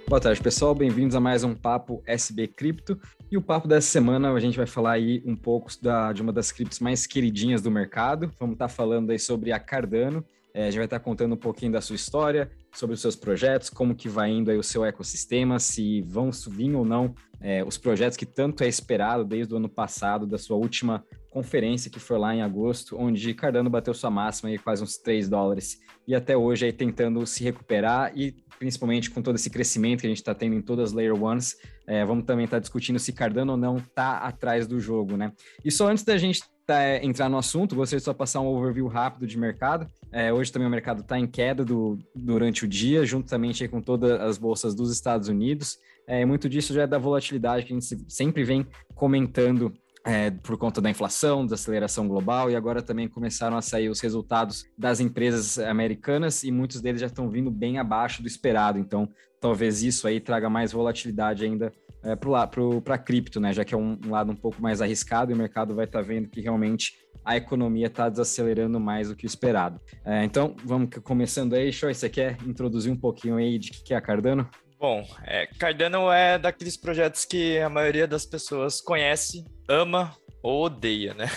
Boa tarde, pessoal. Bem-vindos a mais um Papo SB Cripto. E o papo dessa semana a gente vai falar aí um pouco de uma das criptos mais queridinhas do mercado. Vamos estar falando aí sobre a Cardano. A gente vai estar contando um pouquinho da sua história, sobre os seus projetos, como que vai indo aí o seu ecossistema, se vão subir ou não os projetos que tanto é esperado desde o ano passado, da sua última conferência que foi lá em agosto, onde Cardano bateu sua máxima aí quase uns $3 e até hoje aí tentando se recuperar e principalmente com todo esse crescimento que a gente está tendo em todas as Layer Ones, vamos também estar discutindo se Cardano ou não está atrás do jogo, né? E só antes da gente entrar no assunto, gostaria de só passar um overview rápido de mercado. Hoje também o mercado está em queda durante o dia, juntamente aí com todas as bolsas dos Estados Unidos. Muito disso já é da volatilidade que a gente sempre vem comentando por conta da inflação, desaceleração global, e agora também começaram a sair os resultados das empresas americanas e muitos deles já estão vindo bem abaixo do esperado. Então, talvez isso aí traga mais volatilidade ainda para a cripto, né? Já que é um lado um pouco mais arriscado e o mercado vai estar vendo que realmente a economia está desacelerando mais do que o esperado. Então, vamos começando aí. Choi, você quer introduzir um pouquinho aí de que é a Cardano? Bom, Cardano é daqueles projetos que a maioria das pessoas conhece, ama ou odeia, né?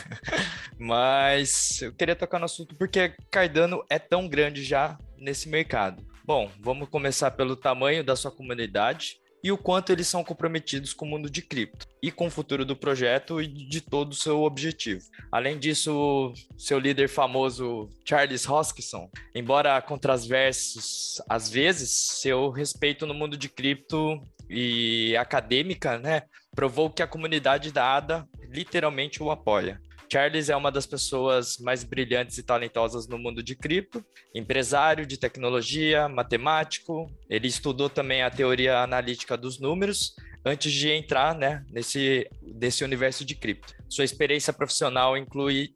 Mas eu queria tocar no assunto porque Cardano é tão grande já nesse mercado. Bom, vamos começar pelo tamanho da sua comunidade e o quanto eles são comprometidos com o mundo de cripto e com o futuro do projeto e de todo o seu objetivo. Além disso, seu líder famoso, Charles Hoskinson, embora controversos às vezes, seu respeito no mundo de cripto e acadêmica, né, provou que a comunidade da ADA literalmente o apoia. Charles é uma das pessoas mais brilhantes e talentosas no mundo de cripto, empresário de tecnologia, matemático. Ele estudou também a teoria analítica dos números antes de entrar, né, nesse universo de cripto. Sua experiência profissional inclui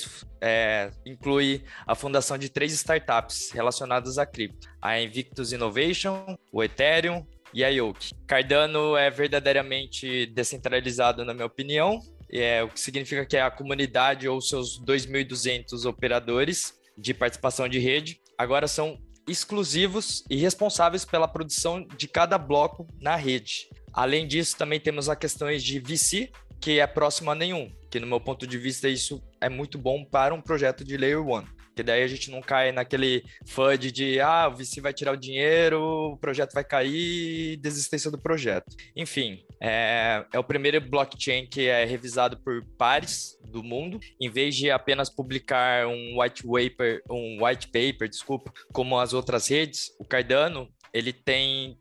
a fundação de 3 startups relacionadas a cripto: a Invictus Innovation, o Ethereum e a Yoke. Cardano é verdadeiramente descentralizado, na minha opinião. O que significa que a comunidade ou seus 2.200 operadores de participação de rede agora são exclusivos e responsáveis pela produção de cada bloco na rede. Além disso, também temos as questões de VC, que é próximo a nenhum, que no meu ponto de vista isso é muito bom para um projeto de Layer 1. Que daí a gente não cai naquele FUD de o VC vai tirar o dinheiro, o projeto vai cair, desistência do projeto. Enfim, é o primeiro blockchain que é revisado por pares do mundo, em vez de apenas publicar um white paper, como as outras redes. O Cardano, ele tem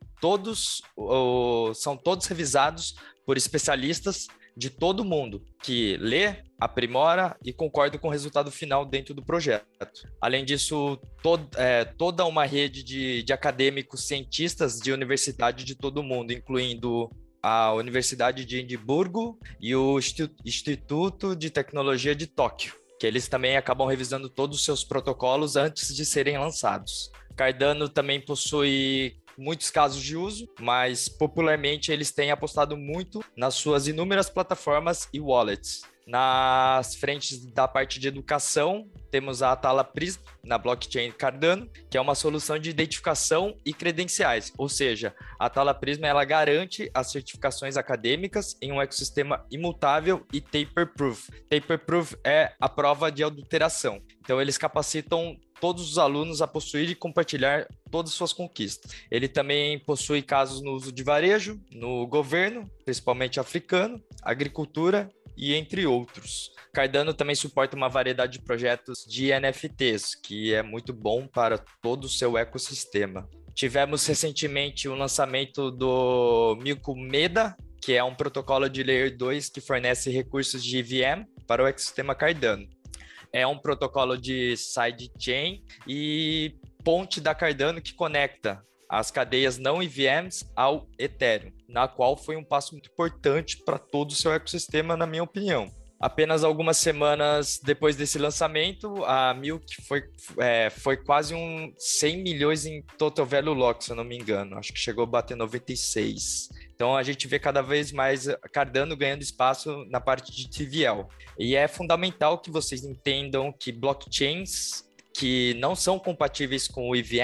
são todos revisados por especialistas de todo mundo que lê, aprimora e concorda com o resultado final dentro do projeto. Além disso, toda uma rede de acadêmicos cientistas de universidade de todo mundo, incluindo a Universidade de Edimburgo e o Instituto de Tecnologia de Tóquio, que eles também acabam revisando todos os seus protocolos antes de serem lançados. Cardano também possui muitos casos de uso, mas popularmente eles têm apostado muito nas suas inúmeras plataformas e wallets. Nas frentes da parte de educação, temos a Atala Prism na blockchain Cardano, que é uma solução de identificação e credenciais, ou seja, a Atala Prism ela garante as certificações acadêmicas em um ecossistema imutável e taper-proof. Taper-proof é a prova de adulteração. Então, eles capacitam todos os alunos a possuir e compartilhar todas as suas conquistas. Ele também possui casos no uso de varejo, no governo, principalmente africano, agricultura e entre outros. Cardano também suporta uma variedade de projetos de NFTs, que é muito bom para todo o seu ecossistema. Tivemos recentemente o lançamento do Milk Meda, que é um protocolo de Layer 2 que fornece recursos de EVM para o ecossistema Cardano. É um protocolo de sidechain e ponte da Cardano que conecta as cadeias não EVMs ao Ethereum, na qual foi um passo muito importante para todo o seu ecossistema, na minha opinião. Apenas algumas semanas depois desse lançamento, a Milk foi quase 100 milhões em total value lock, se eu não me engano. Acho que chegou a bater 96. Então, a gente vê cada vez mais Cardano ganhando espaço na parte de TVL. E é fundamental que vocês entendam que blockchains que não são compatíveis com o EVM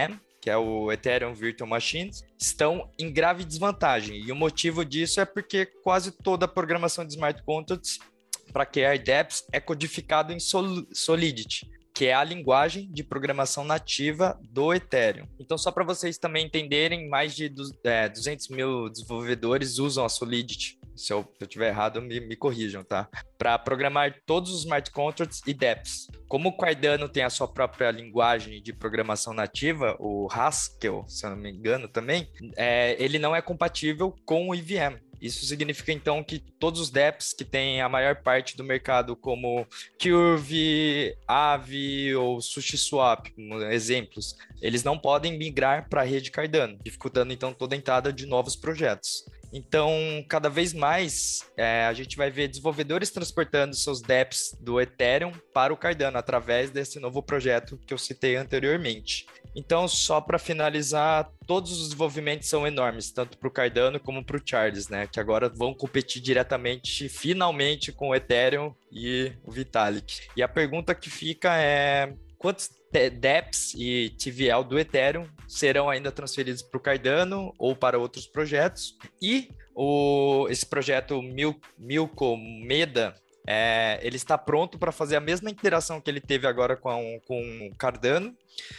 que é o Ethereum Virtual Machines, estão em grave desvantagem. E o motivo disso é porque quase toda a programação de smart contracts para criar dApps é codificado em Solidity, que é a linguagem de programação nativa do Ethereum. Então, só para vocês também entenderem, mais de 200 mil desenvolvedores usam a Solidity. Se eu estiver errado, me corrijam, tá? Para programar todos os smart contracts e dApps. Como o Cardano tem a sua própria linguagem de programação nativa, o Haskell, se eu não me engano também, ele não é compatível com o EVM. Isso significa, então, que todos os dApps que têm a maior parte do mercado, como Curve, Aave ou SushiSwap, como exemplos, eles não podem migrar para a rede Cardano, dificultando, então, toda a entrada de novos projetos. Então, cada vez mais, a gente vai ver desenvolvedores transportando seus dApps do Ethereum para o Cardano, através desse novo projeto que eu citei anteriormente. Então, só para finalizar, todos os desenvolvimentos são enormes, tanto para o Cardano como para o Charles, né? Que agora vão competir diretamente, finalmente, com o Ethereum e o Vitalik. E a pergunta que fica é: quantos dApps e TVL do Ethereum serão ainda transferidos para o Cardano ou para outros projetos? E esse projeto Milko Meda, ele está pronto para fazer a mesma interação que ele teve agora com o Cardano,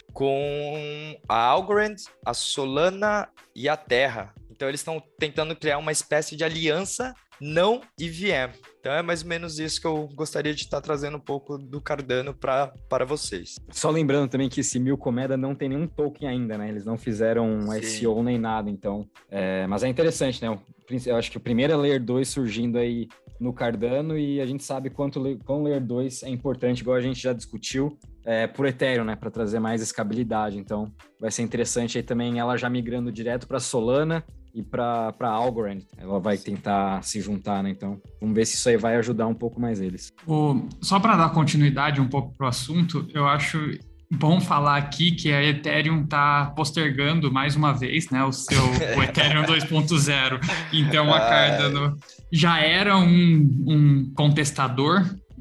com a Algorand, a Solana e a Terra. Então, eles estão tentando criar uma espécie de aliança não EVM. Então, é mais ou menos isso que eu gostaria de estar trazendo um pouco do Cardano para vocês. Só lembrando também que esse Milko Meda não tem nenhum token ainda, né? Eles não fizeram um ICO nem nada, então... mas é interessante, né? Eu acho que o primeiro é Layer 2 surgindo aí no Cardano, e a gente sabe quão Layer 2 é importante, igual a gente já discutiu, por Ethereum, né? Para trazer mais escalabilidade. Então, vai ser interessante aí também ela já migrando direto para Solana e para Algorand. Ela vai tentar se juntar, né? Então, vamos ver se isso aí vai ajudar um pouco mais eles. Só para dar continuidade um pouco para o assunto, eu acho bom falar aqui que a Ethereum está postergando mais uma vez, né, o Ethereum 2.0. Então, a Cardano já era um contestador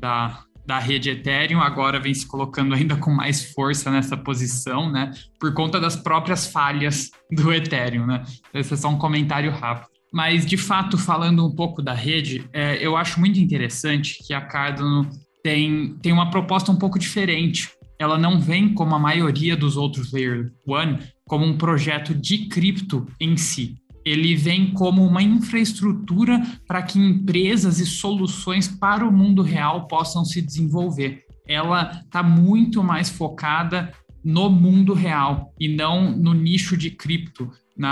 da rede Ethereum, agora vem se colocando ainda com mais força nessa posição, né, por conta das próprias falhas do Ethereum, né. Esse é só um comentário rápido. Mas, de fato, falando um pouco da rede, eu acho muito interessante que a Cardano tem uma proposta um pouco diferente. Ela não vem, como a maioria dos outros Layer 1, como um projeto de cripto em si. Ele vem como uma infraestrutura para que empresas e soluções para o mundo real possam se desenvolver. Ela está muito mais focada no mundo real e não no nicho de cripto,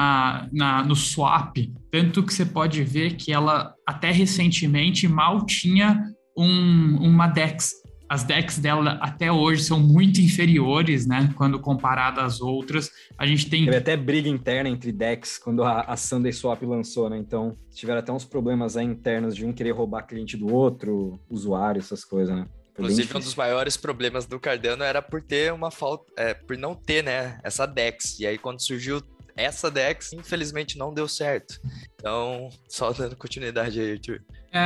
no swap. Tanto que você pode ver que ela, até recentemente, mal tinha uma DEX. As DEX dela até hoje são muito inferiores, né, quando comparada às outras. A gente tem... Teve até briga interna entre DEX quando a SundaeSwap lançou, né? Então, tiveram até uns problemas aí internos de um querer roubar cliente do outro, usuário, essas coisas, né? Inclusive, um dos maiores problemas do Cardano era por ter por não ter, né, essa DEX. E aí, quando surgiu essa DEX, infelizmente não deu certo. Então, só dando continuidade aí, Arthur.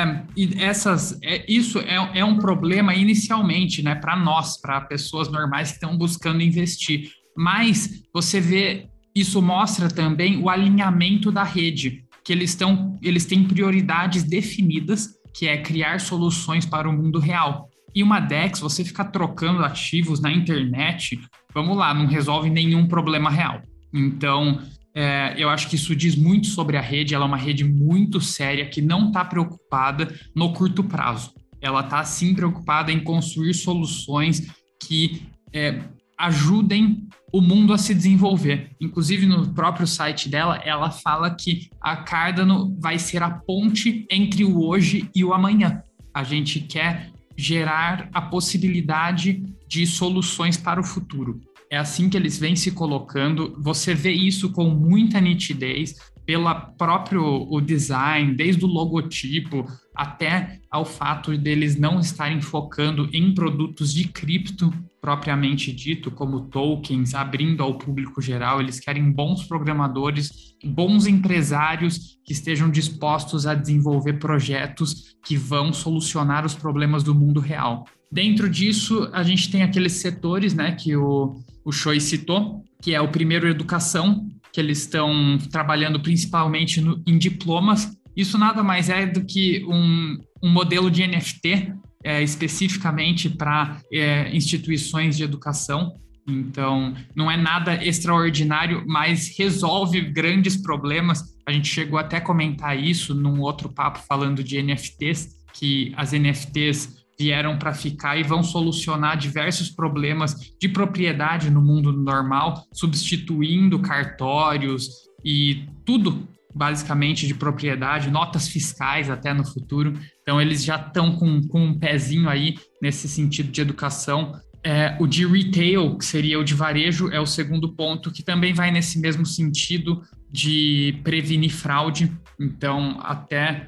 Isso é um problema inicialmente, né, para nós, para pessoas normais que estão buscando investir. Mas você vê, isso mostra também o alinhamento da rede, que eles têm prioridades definidas, que é criar soluções para o mundo real. E uma DEX, você ficar trocando ativos na internet, vamos lá, não resolve nenhum problema real. Então, eu acho que isso diz muito sobre a rede. Ela é uma rede muito séria que não está preocupada no curto prazo. Ela está, sim, preocupada em construir soluções que ajudem o mundo a se desenvolver. Inclusive, no próprio site dela, ela fala que a Cardano vai ser a ponte entre o hoje e o amanhã. A gente quer gerar a possibilidade de soluções para o futuro. É assim que eles vêm se colocando. Você vê isso com muita nitidez pelo próprio design, desde o logotipo até ao fato deles não estarem focando em produtos de cripto propriamente dito, como tokens, abrindo ao público geral. Eles querem bons programadores, bons empresários que estejam dispostos a desenvolver projetos que vão solucionar os problemas do mundo real. Dentro disso, a gente tem aqueles setores, né, que o Choi citou, que é o primeiro, educação, que eles estão trabalhando principalmente em diplomas. Isso nada mais é do que um modelo de NFT, especificamente para instituições de educação. Então, não é nada extraordinário, mas resolve grandes problemas. A gente chegou até a comentar isso num outro papo falando de NFTs, que as NFTs vieram para ficar e vão solucionar diversos problemas de propriedade no mundo normal, substituindo cartórios e tudo, basicamente, de propriedade, notas fiscais até no futuro. Então, eles já estão com um pezinho aí nesse sentido de educação. O de retail, que seria o de varejo, é o segundo ponto, que também vai nesse mesmo sentido de prevenir fraude. Então, até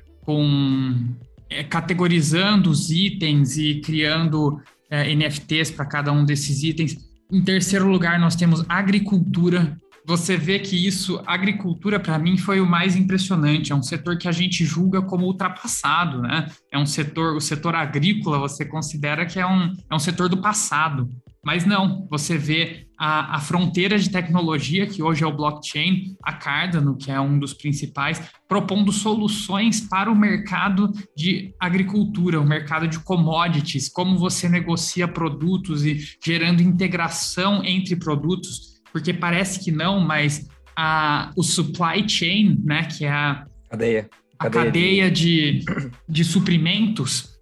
categorizando os itens e criando NFTs para cada um desses itens. Em terceiro lugar, nós temos agricultura. Você vê que agricultura, para mim, foi o mais impressionante. É um setor que a gente julga como ultrapassado, né? O setor agrícola, você considera que é um setor do passado. Mas não, você vê a fronteira de tecnologia, que hoje é o blockchain, a Cardano, que é um dos principais, propondo soluções para o mercado de agricultura, o mercado de commodities, como você negocia produtos e gerando integração entre produtos, porque parece que não, mas o supply chain, né, que é a cadeia de suprimentos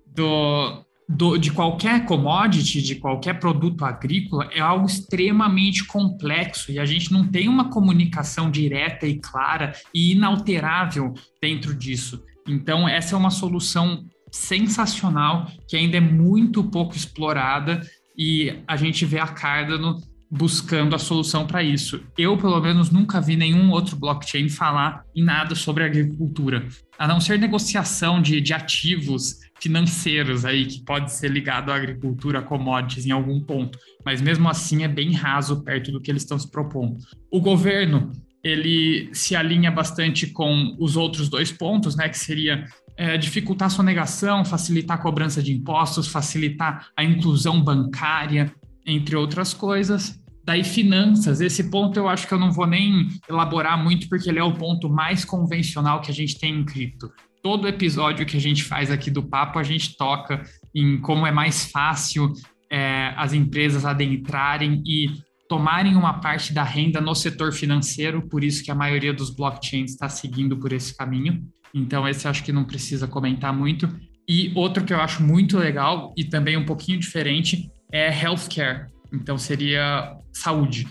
de qualquer commodity, de qualquer produto agrícola, é algo extremamente complexo e a gente não tem uma comunicação direta e clara e inalterável dentro disso. Então, essa é uma solução sensacional que ainda é muito pouco explorada e a gente vê a Cardano buscando a solução para isso. Eu, pelo menos, nunca vi nenhum outro blockchain falar em nada sobre agricultura, a não ser negociação de ativos financeiros aí, que pode ser ligado à agricultura, a commodities em algum ponto, mas mesmo assim é bem raso perto do que eles estão se propondo. O governo, ele se alinha bastante com os outros dois pontos, né, que seria dificultar a sonegação, facilitar a cobrança de impostos, facilitar a inclusão bancária, entre outras coisas. Daí finanças, esse ponto eu acho que eu não vou nem elaborar muito, porque ele é o ponto mais convencional que a gente tem em cripto. Todo episódio que a gente faz aqui do Papo, a gente toca em como é mais fácil as empresas adentrarem e tomarem uma parte da renda no setor financeiro, por isso que a maioria dos blockchains está seguindo por esse caminho. Então, esse acho que não precisa comentar muito. E outro que eu acho muito legal e também um pouquinho diferente é healthcare. Então, seria saúde.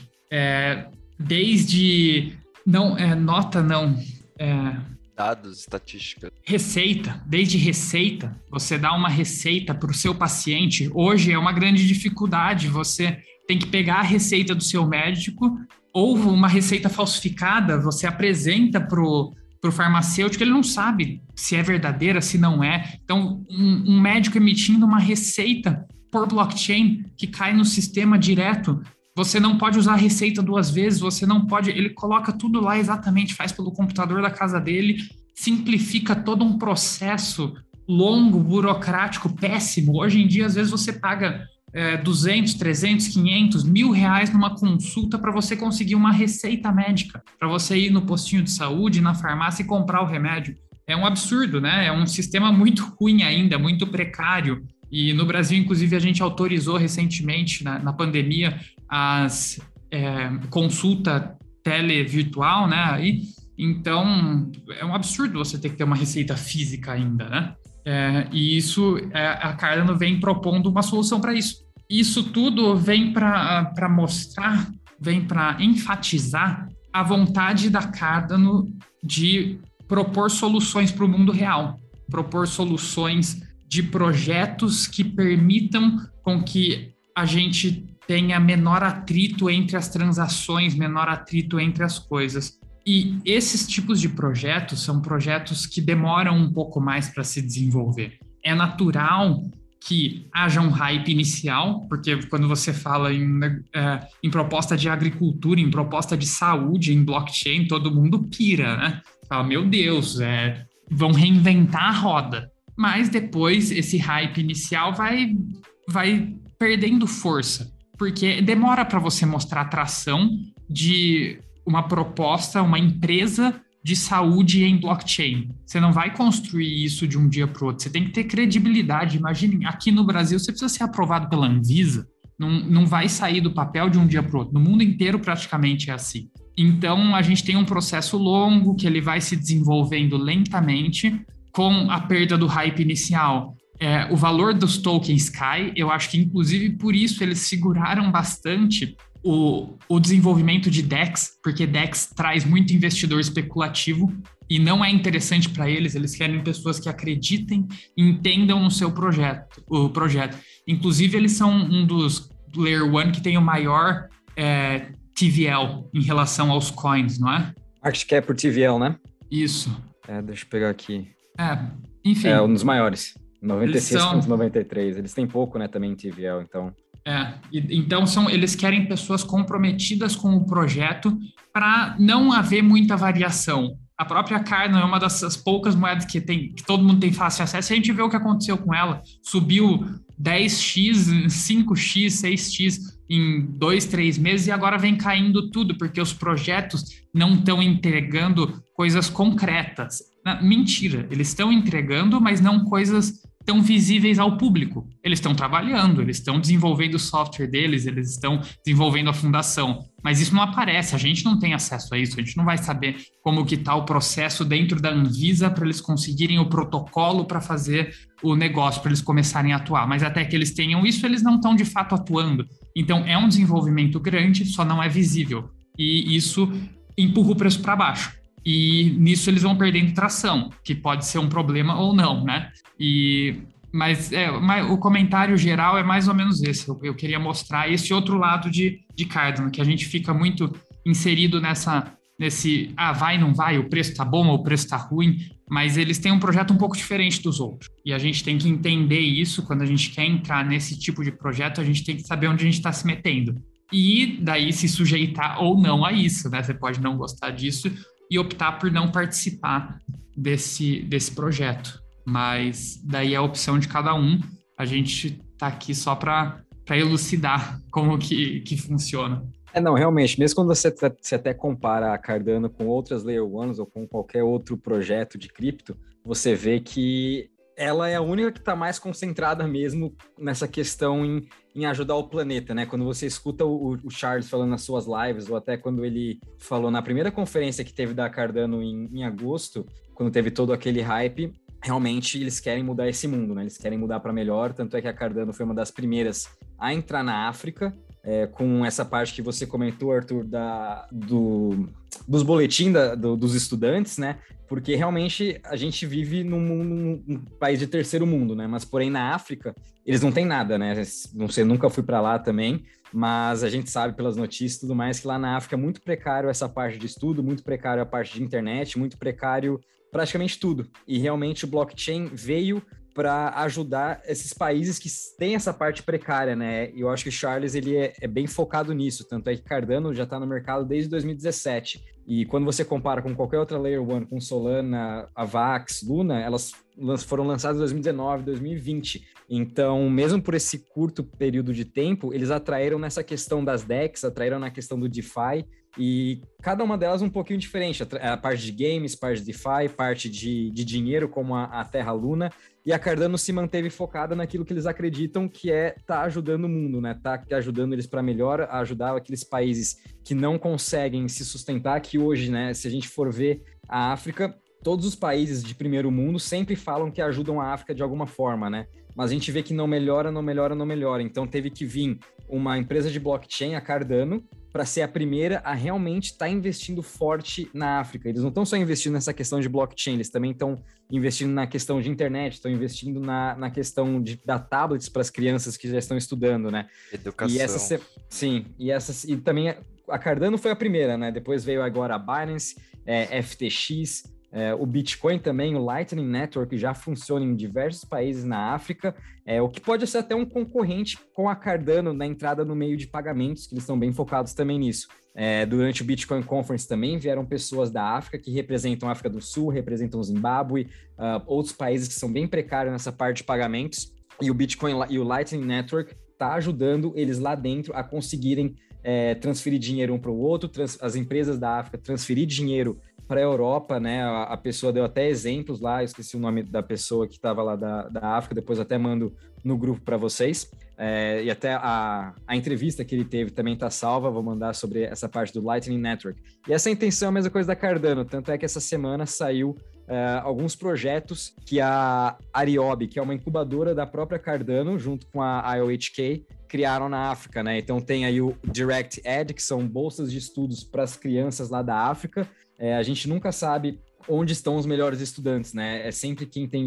Dados, estatística. Receita, desde receita, você dá uma receita para o seu paciente. Hoje é uma grande dificuldade, você tem que pegar a receita do seu médico ou uma receita falsificada, você apresenta para o farmacêutico, ele não sabe se é verdadeira, se não é. Então, um médico emitindo uma receita por blockchain que cai no sistema direto, você não pode usar a receita duas vezes, você não pode, ele coloca tudo lá exatamente, faz pelo computador da casa dele, simplifica todo um processo longo, burocrático, péssimo. Hoje em dia, às vezes você paga 200, 300, 500, R$1.000 numa consulta para você conseguir uma receita médica, para você ir no postinho de saúde, na farmácia e comprar o remédio. É um absurdo, né? É um sistema muito ruim ainda, muito precário. E no Brasil, inclusive, a gente autorizou recentemente, na pandemia, as consulta televirtual, né? Então, é um absurdo você ter que ter uma receita física ainda, né? E isso, a Cardano vem propondo uma solução para isso. Isso tudo vem para mostrar, vem para enfatizar a vontade da Cardano de propor soluções para o mundo real, propor soluções de projetos que permitam com que a gente tenha menor atrito entre as transações, menor atrito entre as coisas. E esses tipos de projetos são projetos que demoram um pouco mais para se desenvolver. É natural que haja um hype inicial, porque quando você fala em proposta de agricultura, em proposta de saúde, em blockchain, todo mundo pira, né? Fala, meu Deus, vão reinventar a roda. Mas depois esse hype inicial vai vai perdendo força, porque demora para você mostrar atração de uma proposta, uma empresa de saúde em blockchain. Você não vai construir isso de um dia para o outro. Você tem que ter credibilidade. Imaginem, aqui no Brasil, você precisa ser aprovado pela Anvisa. Não vai sair do papel de um dia para o outro. No mundo inteiro, praticamente, é assim. Então, a gente tem um processo longo que ele vai se desenvolvendo lentamente com a perda do hype inicial. O valor dos tokens cai. Eu acho que, inclusive, por isso eles seguraram bastante o desenvolvimento de DEX, porque DEX traz muito investidor especulativo e não é interessante para eles. Eles querem pessoas que acreditem e entendam no seu o projeto. Inclusive, eles são um dos Layer 1 que tem o maior TVL em relação aos coins, não é? Market Cap por TVL, né? Isso. Deixa eu pegar aqui. Enfim. É um dos maiores. 96,93. Eles têm pouco, né, também em TVL, então... Então eles querem pessoas comprometidas com o projeto para não haver muita variação. A própria Cardano é uma dessas poucas moedas que todo mundo tem fácil acesso. A gente vê o que aconteceu com ela. Subiu 10x, 5x, 6x em 2, 3 meses e agora vem caindo tudo, porque os projetos não estão entregando coisas concretas. Mentira, eles estão entregando, mas não coisas tão visíveis ao público. Eles estão trabalhando, eles estão desenvolvendo o software deles, eles estão desenvolvendo a fundação, mas isso não aparece, a gente não tem acesso a isso, a gente não vai saber como que está o processo dentro da Anvisa para eles conseguirem o protocolo para fazer o negócio, para eles começarem a atuar, mas até que eles tenham isso, eles não estão de fato atuando. Então é um desenvolvimento grande, só não é visível, e isso empurra o preço para baixo. E nisso eles vão perdendo tração, que pode ser um problema ou não, né? Mas o comentário geral é mais ou menos esse. Eu queria mostrar esse outro lado de Cardano, que a gente fica muito inserido nesse vai, não vai, o preço tá bom ou o preço tá ruim, mas eles têm um projeto um pouco diferente dos outros. E a gente tem que entender isso. Quando a gente quer entrar nesse tipo de projeto, a gente tem que saber onde a gente está se metendo. E daí se sujeitar ou não a isso, né? Você pode não gostar disso e optar por não participar desse projeto. Mas daí é a opção de cada um. A gente está aqui só para elucidar como que funciona. Não, realmente, mesmo quando você até compara a Cardano com outras Layer 1s ou com qualquer outro projeto de cripto, você vê que ela é a única que está mais concentrada mesmo nessa questão em ajudar o planeta, né? Quando você escuta o Charles falando nas suas lives, ou até quando ele falou na primeira conferência que teve da Cardano em agosto, quando teve todo aquele hype, realmente eles querem mudar esse mundo, né? Eles querem mudar para melhor, tanto é que a Cardano foi uma das primeiras a entrar na África, com essa parte que você comentou, Arthur, dos boletins dos estudantes, né? Porque realmente a gente vive num país de terceiro mundo, né? Mas porém na África eles não têm nada, né? Não sei, nunca fui para lá também, mas a gente sabe pelas notícias e tudo mais que lá na África é muito precário essa parte de estudo, muito precário a parte de internet, muito precário praticamente tudo. E realmente o blockchain veio para ajudar esses países que têm essa parte precária, né? E eu acho que o Charles ele é bem focado nisso, tanto é que Cardano já está no mercado desde 2017. E quando você compara com qualquer outra Layer 1, com Solana, Avax, Luna, elas foram lançadas em 2019, 2020. Então, mesmo por esse curto período de tempo, eles atraíram nessa questão das DEX, atraíram na questão do DeFi, e cada uma delas um pouquinho diferente. A parte de games, parte de DeFi, parte de dinheiro, como a Terra Luna. E a Cardano se manteve focada naquilo que eles acreditam que tá ajudando o mundo, né? Tá ajudando eles para melhor, ajudar aqueles países que não conseguem se sustentar, que hoje, né, se a gente for ver a África, todos os países de primeiro mundo sempre falam que ajudam a África de alguma forma, né? Mas a gente vê que não melhora. Então teve que vir uma empresa de blockchain, a Cardano, para ser a primeira a realmente estar investindo forte na África. Eles não estão só investindo nessa questão de blockchain, eles também estão investindo na questão de internet, estão investindo na questão de dar tablets para as crianças que já estão estudando, né? Educação. E também a Cardano foi a primeira, né? Depois veio agora a Binance, FTX, o Bitcoin também, o Lightning Network já funciona em diversos países na África, o que pode ser até um concorrente com a Cardano na entrada no meio de pagamentos, que eles estão bem focados também nisso. Durante o Bitcoin Conference também vieram pessoas da África que representam a África do Sul, representam o Zimbábue, outros países que são bem precários nessa parte de pagamentos. e o Bitcoin e o Lightning Network tá ajudando eles lá dentro a conseguirem transferir dinheiro um para o outro, as empresas da África transferir dinheiro para a Europa, né? A pessoa deu até exemplos lá, eu esqueci o nome da pessoa que estava lá da África, depois até mando no grupo para vocês. E até a entrevista que ele teve também está salva, vou mandar sobre essa parte do Lightning Network. E essa intenção é a mesma coisa da Cardano, tanto é que essa semana saiu alguns projetos que a Ariobi, que é uma incubadora da própria Cardano, junto com a IOHK, criaram na África, né? Então tem aí o Direct Ed, que são bolsas de estudos para as crianças lá da África. A gente nunca sabe onde estão os melhores estudantes, né? É sempre quem tem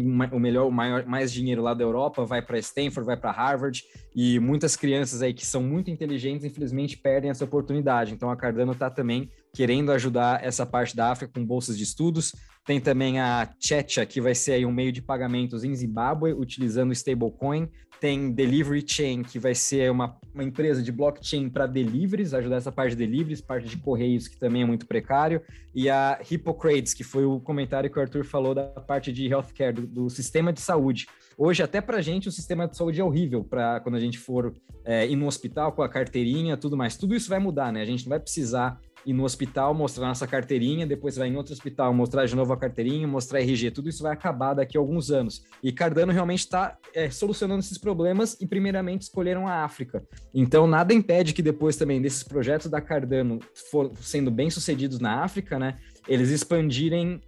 mais dinheiro lá da Europa vai para Stanford, vai para Harvard, e muitas crianças aí que são muito inteligentes, infelizmente, perdem essa oportunidade. Então a Cardano está também querendo ajudar essa parte da África com bolsas de estudos. Tem também a Checha, que vai ser aí um meio de pagamentos em Zimbábue, utilizando stablecoin. Tem Delivery Chain, que vai ser uma empresa de blockchain para deliveries, ajudar essa parte de deliveries, parte de correios, que também é muito precário. E a Hippocrates, que foi o comentário que o Arthur falou da parte de healthcare, do sistema de saúde. Hoje, até para a gente, o sistema de saúde é horrível para quando a gente for ir no hospital com a carteirinha, tudo mais. Tudo isso vai mudar, né? A gente não vai precisar ir no hospital, mostrar nossa carteirinha, depois vai em outro hospital, mostrar de novo a carteirinha, mostrar RG, tudo isso vai acabar daqui a alguns anos. E Cardano realmente está solucionando esses problemas e primeiramente escolheram a África. Então nada impede que depois também desses projetos da Cardano sendo bem sucedidos na África, né, eles expandirem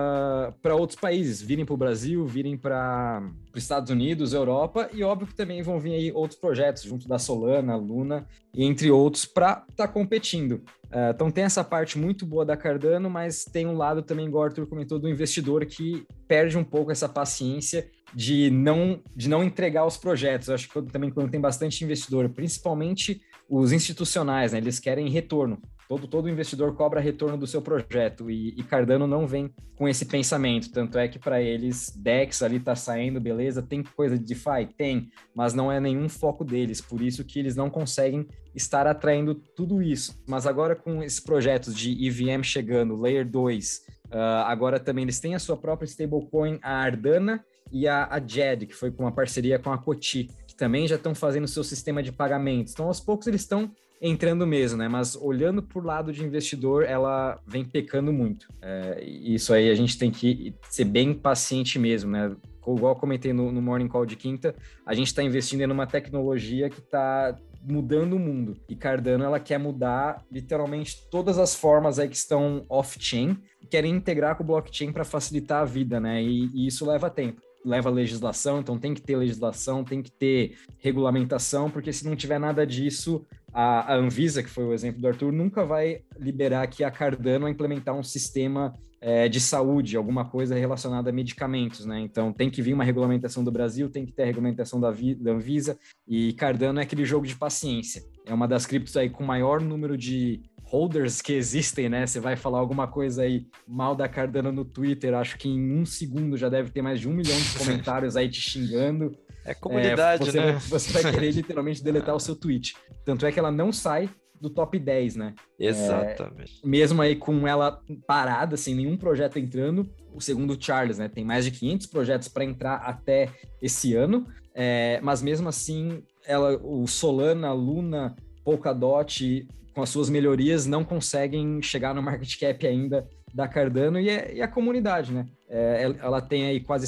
para outros países, virem para o Brasil, virem para os Estados Unidos, Europa, e óbvio que também vão vir aí outros projetos, junto da Solana, Luna, e entre outros, para estar competindo. Então tem essa parte muito boa da Cardano, mas tem um lado também, igual o Arthur comentou, do investidor que perde um pouco essa paciência de não entregar os projetos. Eu acho que também quando tem bastante investidor, principalmente os institucionais, né, eles querem retorno. Todo investidor cobra retorno do seu projeto e Cardano não vem com esse pensamento. Tanto é que para eles, DEX ali tá saindo, beleza, tem coisa de DeFi? Tem, mas não é nenhum foco deles. Por isso que eles não conseguem estar atraindo tudo isso. Mas agora com esses projetos de EVM chegando, Layer 2, agora também eles têm a sua própria stablecoin, a Ardana e a JED, que foi com uma parceria com a Coty, que também já estão fazendo seu sistema de pagamentos. Então, aos poucos, eles estão entrando mesmo, né? Mas olhando por lado de investidor, ela vem pecando muito. Isso aí a gente tem que ser bem paciente mesmo, né? Igual eu comentei no Morning Call de quinta, a gente está investindo em uma tecnologia que está mudando o mundo. E Cardano, ela quer mudar literalmente todas as formas aí que estão off-chain, querem integrar com o blockchain para facilitar a vida, né? E isso leva tempo. Leva legislação, então tem que ter legislação, tem que ter regulamentação, porque se não tiver nada disso, a Anvisa, que foi o exemplo do Arthur, nunca vai liberar aqui a Cardano a implementar um sistema de saúde, alguma coisa relacionada a medicamentos, né? Então tem que vir uma regulamentação do Brasil, tem que ter a regulamentação da Anvisa, e Cardano é aquele jogo de paciência. É uma das criptos aí com maior número de holders que existem, né? Você vai falar alguma coisa aí mal da Cardano no Twitter, acho que em 1 segundo já deve ter mais de 1 milhão de comentários aí te xingando. É comunidade, né? Você vai querer literalmente deletar o seu tweet. Tanto é que ela não sai do top 10, né? Exatamente. Mesmo aí com ela parada, sem nenhum projeto entrando, o segundo Charles, né? Tem mais de 500 projetos para entrar até esse ano, mas mesmo assim, o Solana, Luna, Polkadot, com as suas melhorias, não conseguem chegar no market cap ainda da Cardano e a comunidade, né? Ela tem aí quase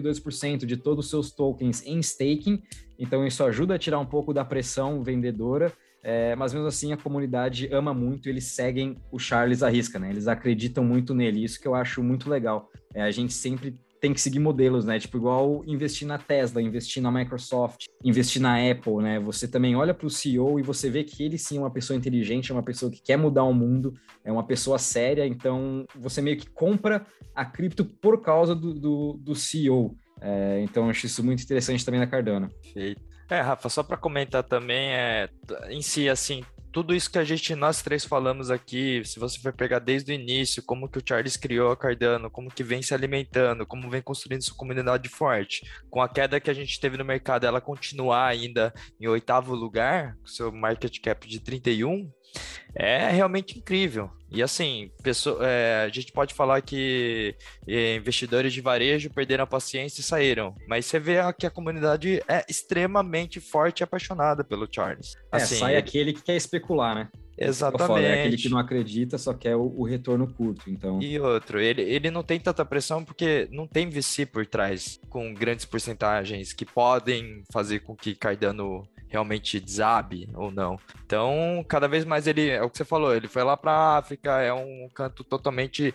72% de todos os seus tokens em staking, então isso ajuda a tirar um pouco da pressão vendedora, mas mesmo assim a comunidade ama muito, eles seguem o Charles à risca, né? Eles acreditam muito nele, isso que eu acho muito legal. A gente sempre tem que seguir modelos, né? Tipo, igual investir na Tesla, investir na Microsoft, investir na Apple, né? Você também olha para o CEO e você vê que ele sim é uma pessoa inteligente, é uma pessoa que quer mudar o mundo, é uma pessoa séria, então você meio que compra a cripto por causa do CEO. Então eu acho isso muito interessante também na Cardano. Perfeito. Rafa, só para comentar também, em si, assim, tudo isso que nós três falamos aqui, se você for pegar desde o início, como que o Charles criou a Cardano, como que vem se alimentando, como vem construindo sua comunidade forte, com a queda que a gente teve no mercado, ela continuar ainda em 8º lugar, com seu market cap de 31, É realmente incrível. E assim, a gente pode falar que investidores de varejo perderam a paciência e saíram. Mas você vê que a comunidade é extremamente forte e apaixonada pelo Charles. Assim, sai aquele que quer especular, né? Exatamente. É aquele que não acredita, só quer o retorno curto, então... E outro, ele não tem tanta pressão porque não tem VC por trás com grandes porcentagens que podem fazer com que Cardano realmente desabe ou não. Então, cada vez mais é o que você falou, ele foi lá para a África, é um canto totalmente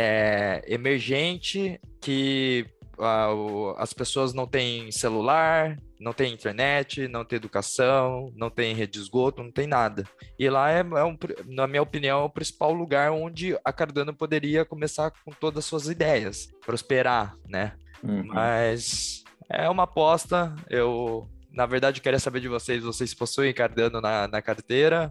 emergente que as pessoas não têm celular, não tem internet, não tem educação, não tem rede de esgoto, não tem nada. E lá na minha opinião, é o principal lugar onde a Cardano poderia começar com todas as suas ideias, prosperar, né? Uhum. Mas é uma aposta. Eu, na verdade, queria saber de vocês possuem Cardano na carteira?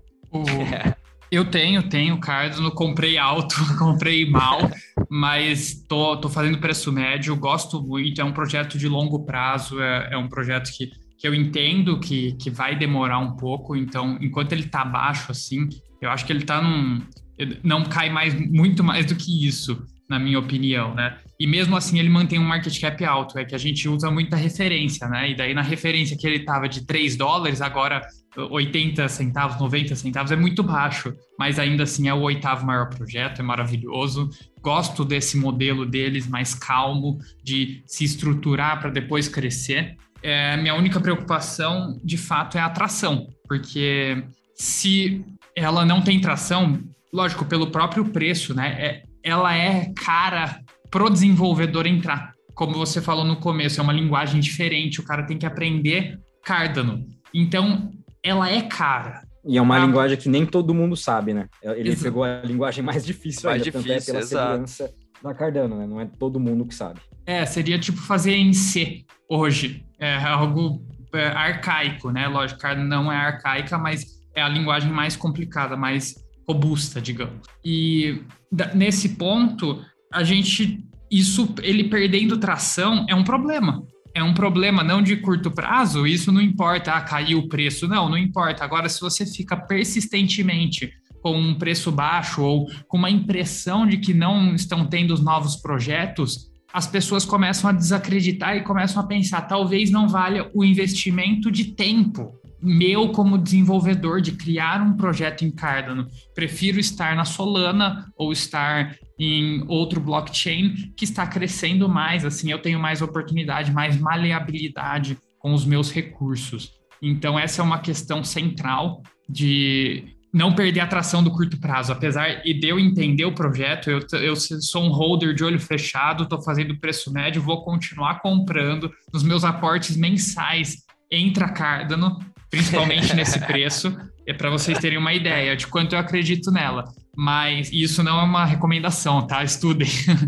Eu tenho Cardano, comprei alto, comprei mal, mas tô fazendo preço médio, gosto muito, é um projeto de longo prazo, é um projeto que eu entendo que vai demorar um pouco, então, enquanto ele tá baixo, assim, eu acho que ele tá não cai muito mais do que isso, na minha opinião, né? E mesmo assim ele mantém um market cap alto, é que a gente usa muita referência, né? E daí na referência que ele tava de $3, agora 80 centavos, 90 centavos, é muito baixo, mas ainda assim é o 8º maior projeto, é maravilhoso. Gosto desse modelo deles mais calmo, de se estruturar para depois crescer. Minha única preocupação, de fato, é a tração, porque se ela não tem tração, lógico, pelo próprio preço, né? Ela é cara pro desenvolvedor entrar. Como você falou no começo, é uma linguagem diferente, o cara tem que aprender Cardano. Então, ela é cara. E é uma linguagem que nem todo mundo sabe, né? Ele pegou a linguagem mais difícil ainda, tanto é pela segurança da Cardano, né? Não é todo mundo que sabe. Seria tipo fazer em C hoje. É algo arcaico, né? Lógico, Cardano não é arcaica, mas é a linguagem mais complicada, mais robusta, digamos. E nesse ponto, ele perdendo tração é um problema. É um problema não de curto prazo, isso não importa, caiu o preço, não importa. Agora, se você fica persistentemente com um preço baixo ou com uma impressão de que não estão tendo os novos projetos, as pessoas começam a desacreditar e começam a pensar, talvez não valha o investimento de tempo meu como desenvolvedor de criar um projeto em Cardano. Prefiro estar na Solana ou estar em outro blockchain que está crescendo mais, assim, eu tenho mais oportunidade, mais maleabilidade com os meus recursos. Então, essa é uma questão central de não perder a atração do curto prazo. Apesar de eu entender o projeto, eu sou um holder de olho fechado, estou fazendo preço médio, vou continuar comprando nos meus aportes mensais. Entra Cardano, principalmente nesse preço, para vocês terem uma ideia de quanto eu acredito nela. Mas isso não é uma recomendação, tá? Estudem.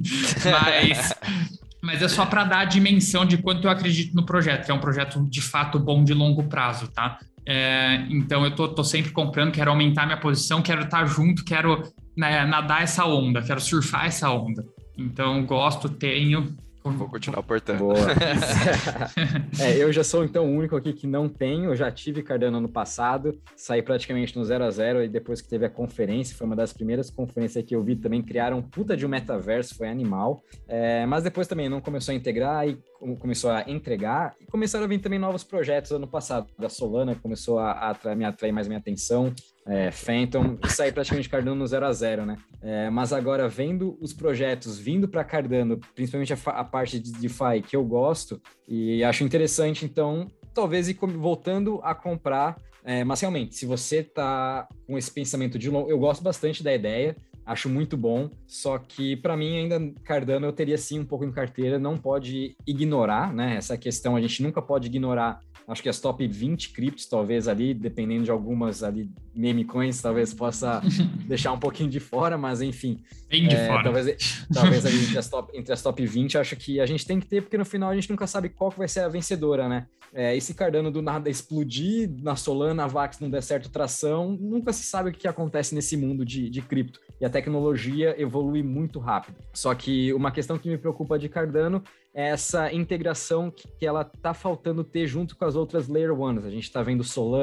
Mas é só para dar a dimensão de quanto eu acredito no projeto, que é um projeto de fato bom de longo prazo, tá? Então eu tô sempre comprando, quero aumentar minha posição, quero estar junto, quero nadar essa onda, quero surfar essa onda. Então gosto, tenho... Vou continuar portando. Boa. Eu já sou então o único aqui que não tenho, eu já tive Cardano ano passado, saí praticamente no 0-0 e depois que teve a conferência, foi uma das primeiras conferências que eu vi também, criaram puta de um metaverso, foi animal, mas depois também não começou a integrar e começou a entregar e começaram a vir também novos projetos ano passado, da Solana começou a me atrair mais minha atenção, Phantom, e saí praticamente Cardano no 0-0, né? Mas agora, vendo os projetos vindo para Cardano, principalmente a parte de DeFi que eu gosto e acho interessante, então, talvez ir voltando a comprar, mas realmente, se você tá com esse pensamento de longo, eu gosto bastante da ideia, acho muito bom, só que para mim ainda Cardano eu teria sim um pouco em carteira, não pode ignorar, né? Essa questão a gente nunca pode ignorar. Acho que as top 20 criptos, talvez ali, dependendo de algumas ali meme coins, talvez possa deixar um pouquinho de fora, mas enfim. Bem de fora. Talvez ali entre as top 20, acho que a gente tem que ter, porque no final a gente nunca sabe qual que vai ser a vencedora, né? E se Cardano do nada explodir, na Solana, a VAX não der certo tração, nunca se sabe o que acontece nesse mundo de cripto. E a tecnologia evolui muito rápido. Só que uma questão que me preocupa de Cardano é essa integração que ela tá faltando ter junto com as outras Layer 1s. A gente tá vendo Solana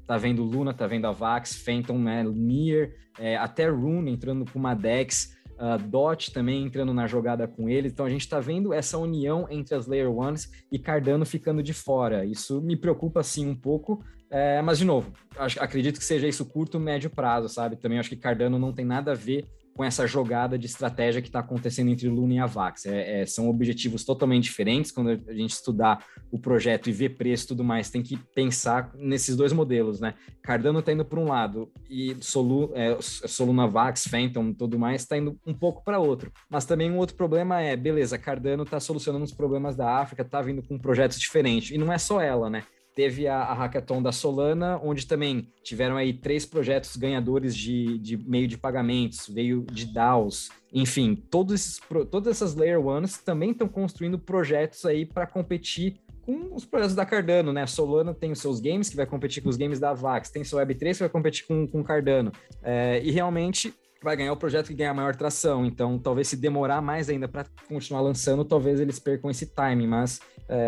tá vendo Luna, tá vendo Avax, Phantom, né, Nier, até Rune entrando com uma DEX, DOT também entrando na jogada com ele. Então a gente está vendo essa união entre as Layer 1s e Cardano ficando de fora. Isso me preocupa sim um pouco, mas de novo, acredito que seja isso curto, médio prazo, sabe? Também acho que Cardano não tem nada a ver com essa jogada de estratégia que está acontecendo entre Luna e Avax. São objetivos totalmente diferentes. Quando a gente estudar o projeto e ver preço e tudo mais, tem que pensar nesses dois modelos, né? Cardano está indo para um lado e Soluna, Avax, Phantom e tudo mais está indo um pouco para outro. Mas também um outro problema beleza, Cardano está solucionando os problemas da África, está vindo com projetos diferentes. E não é só ela, né? Teve a Hackathon da Solana, onde também tiveram aí 3 projetos ganhadores de meio de pagamentos, veio de DAOs, enfim, todas essas Layer 1s também estão construindo projetos aí para competir com os projetos da Cardano, né? A Solana tem os seus games, que vai competir com os games da Avax, tem seu Web3 que vai competir com Cardano, e realmente vai ganhar o projeto que ganha maior tração. Então, talvez se demorar mais ainda para continuar lançando, talvez eles percam esse timing, mas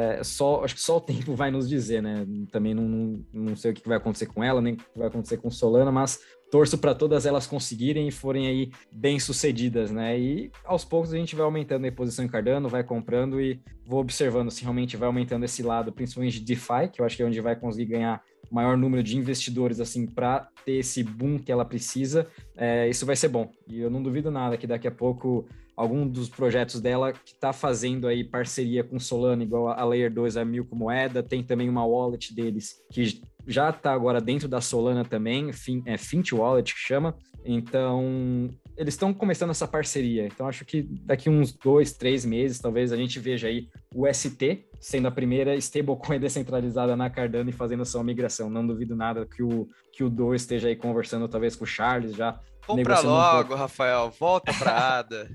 acho que só o tempo vai nos dizer, né? Também não sei o que vai acontecer com ela, nem o que vai acontecer com Solana, mas torço para todas elas conseguirem e forem aí bem-sucedidas, né? E aos poucos a gente vai aumentando a posição em Cardano, vai comprando e vou observando se realmente vai aumentando esse lado, principalmente de DeFi, que eu acho que é onde vai conseguir ganhar o maior número de investidores, assim, para ter esse boom que ela precisa. Isso vai ser bom. E eu não duvido nada que daqui a pouco algum dos projetos dela que está fazendo aí parceria com Solana, igual a Layer 2, a Milk Moeda, tem também uma wallet deles que já está agora dentro da Solana também, Fint Wallet que chama. Então, eles estão começando essa parceria. Então, acho que daqui uns 2, 3 meses, talvez a gente veja aí o ST sendo a primeira stablecoin descentralizada na Cardano e fazendo a sua migração. Não duvido nada que o Do esteja aí conversando talvez com o Charles já. Compra logo, Rafael. Volta pra ADA.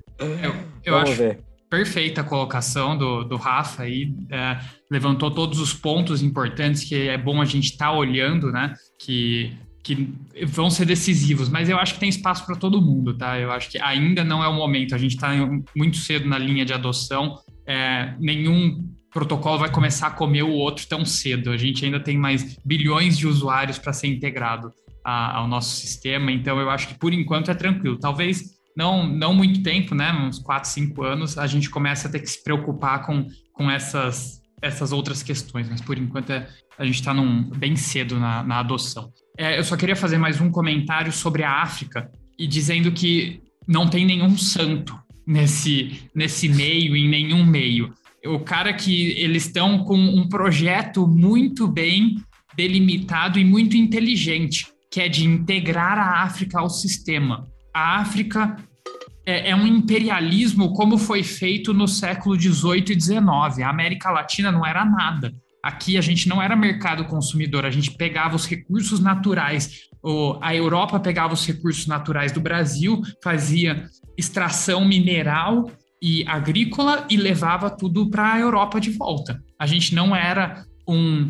Eu acho perfeita a colocação do Rafa aí. Levantou todos os pontos importantes que é bom a gente estar olhando, né? Que vão ser decisivos, mas eu acho que tem espaço para todo mundo, tá? Eu acho que ainda não é o momento, a gente está muito cedo na linha de adoção, nenhum protocolo vai começar a comer o outro tão cedo, a gente ainda tem mais bilhões de usuários para ser integrado ao nosso sistema, então eu acho que por enquanto é tranquilo, talvez não muito tempo, né? Uns 4, 5 anos, a gente começa a ter que se preocupar com essas outras questões, mas por enquanto a gente está bem cedo na adoção. Eu só queria fazer mais um comentário sobre a África e dizendo que não tem nenhum santo nesse meio, em nenhum meio. O cara que eles estão com um projeto muito bem delimitado e muito inteligente, que é de integrar a África ao sistema. A África é um imperialismo como foi feito no século XVIII e XIX. A América Latina não era nada. Aqui a gente não era mercado consumidor, a gente pegava os recursos naturais. A Europa pegava os recursos naturais do Brasil, fazia extração mineral e agrícola e levava tudo para a Europa de volta. A gente não era um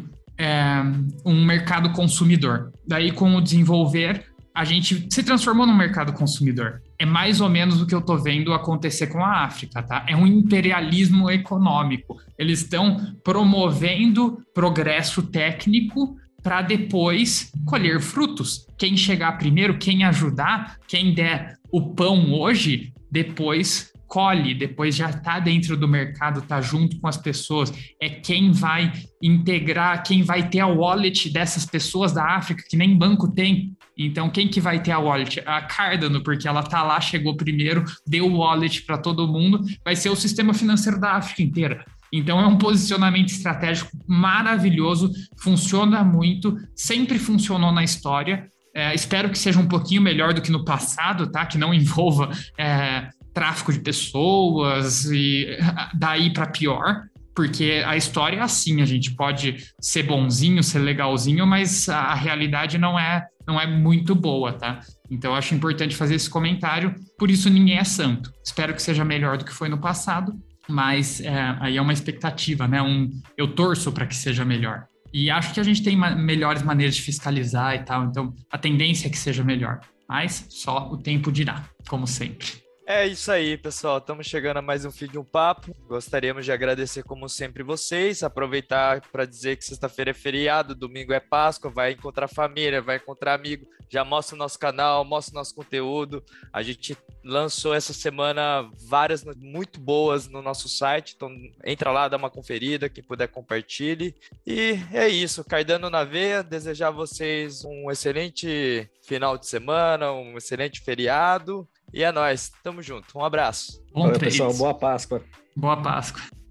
mercado consumidor. Daí, com o desenvolver, a gente se transformou num mercado consumidor. É mais ou menos o que eu estou vendo acontecer com a África, tá? É um imperialismo econômico. Eles estão promovendo progresso técnico para depois colher frutos. Quem chegar primeiro, quem ajudar, quem der o pão hoje, depois colhe, depois já está dentro do mercado, está junto com as pessoas, é quem vai integrar, quem vai ter a wallet dessas pessoas da África, que nem banco tem. Então, quem que vai ter a wallet? A Cardano, porque ela está lá, chegou primeiro, deu o wallet para todo mundo, vai ser o sistema financeiro da África inteira. Então, é um posicionamento estratégico maravilhoso, funciona muito, sempre funcionou na história. Espero que seja um pouquinho melhor do que no passado, tá? Que não envolva tráfico de pessoas e daí para pior, porque a história é assim, a gente pode ser bonzinho, ser legalzinho, mas a realidade não é muito boa, tá? Então eu acho importante fazer esse comentário, por isso ninguém é santo. Espero que seja melhor do que foi no passado, mas aí é uma expectativa, né? Eu torço para que seja melhor. E acho que a gente tem melhores maneiras de fiscalizar e tal, então a tendência é que seja melhor, mas só o tempo dirá, como sempre. É isso aí, pessoal. Estamos chegando a mais um fim de um papo. Gostaríamos de agradecer, como sempre, vocês. Aproveitar para dizer que sexta-feira é feriado, domingo é Páscoa. Vai encontrar família, vai encontrar amigo. Já mostra o nosso canal, mostra o nosso conteúdo. A gente lançou essa semana várias muito boas no nosso site. Então, entra lá, dá uma conferida. Quem puder, compartilhe. E é isso. Cardano na veia. Desejar a vocês um excelente final de semana, um excelente feriado. E é nóis, tamo junto. Um abraço. Bom Valeu, trades. pessoal. Boa Páscoa. Boa Páscoa.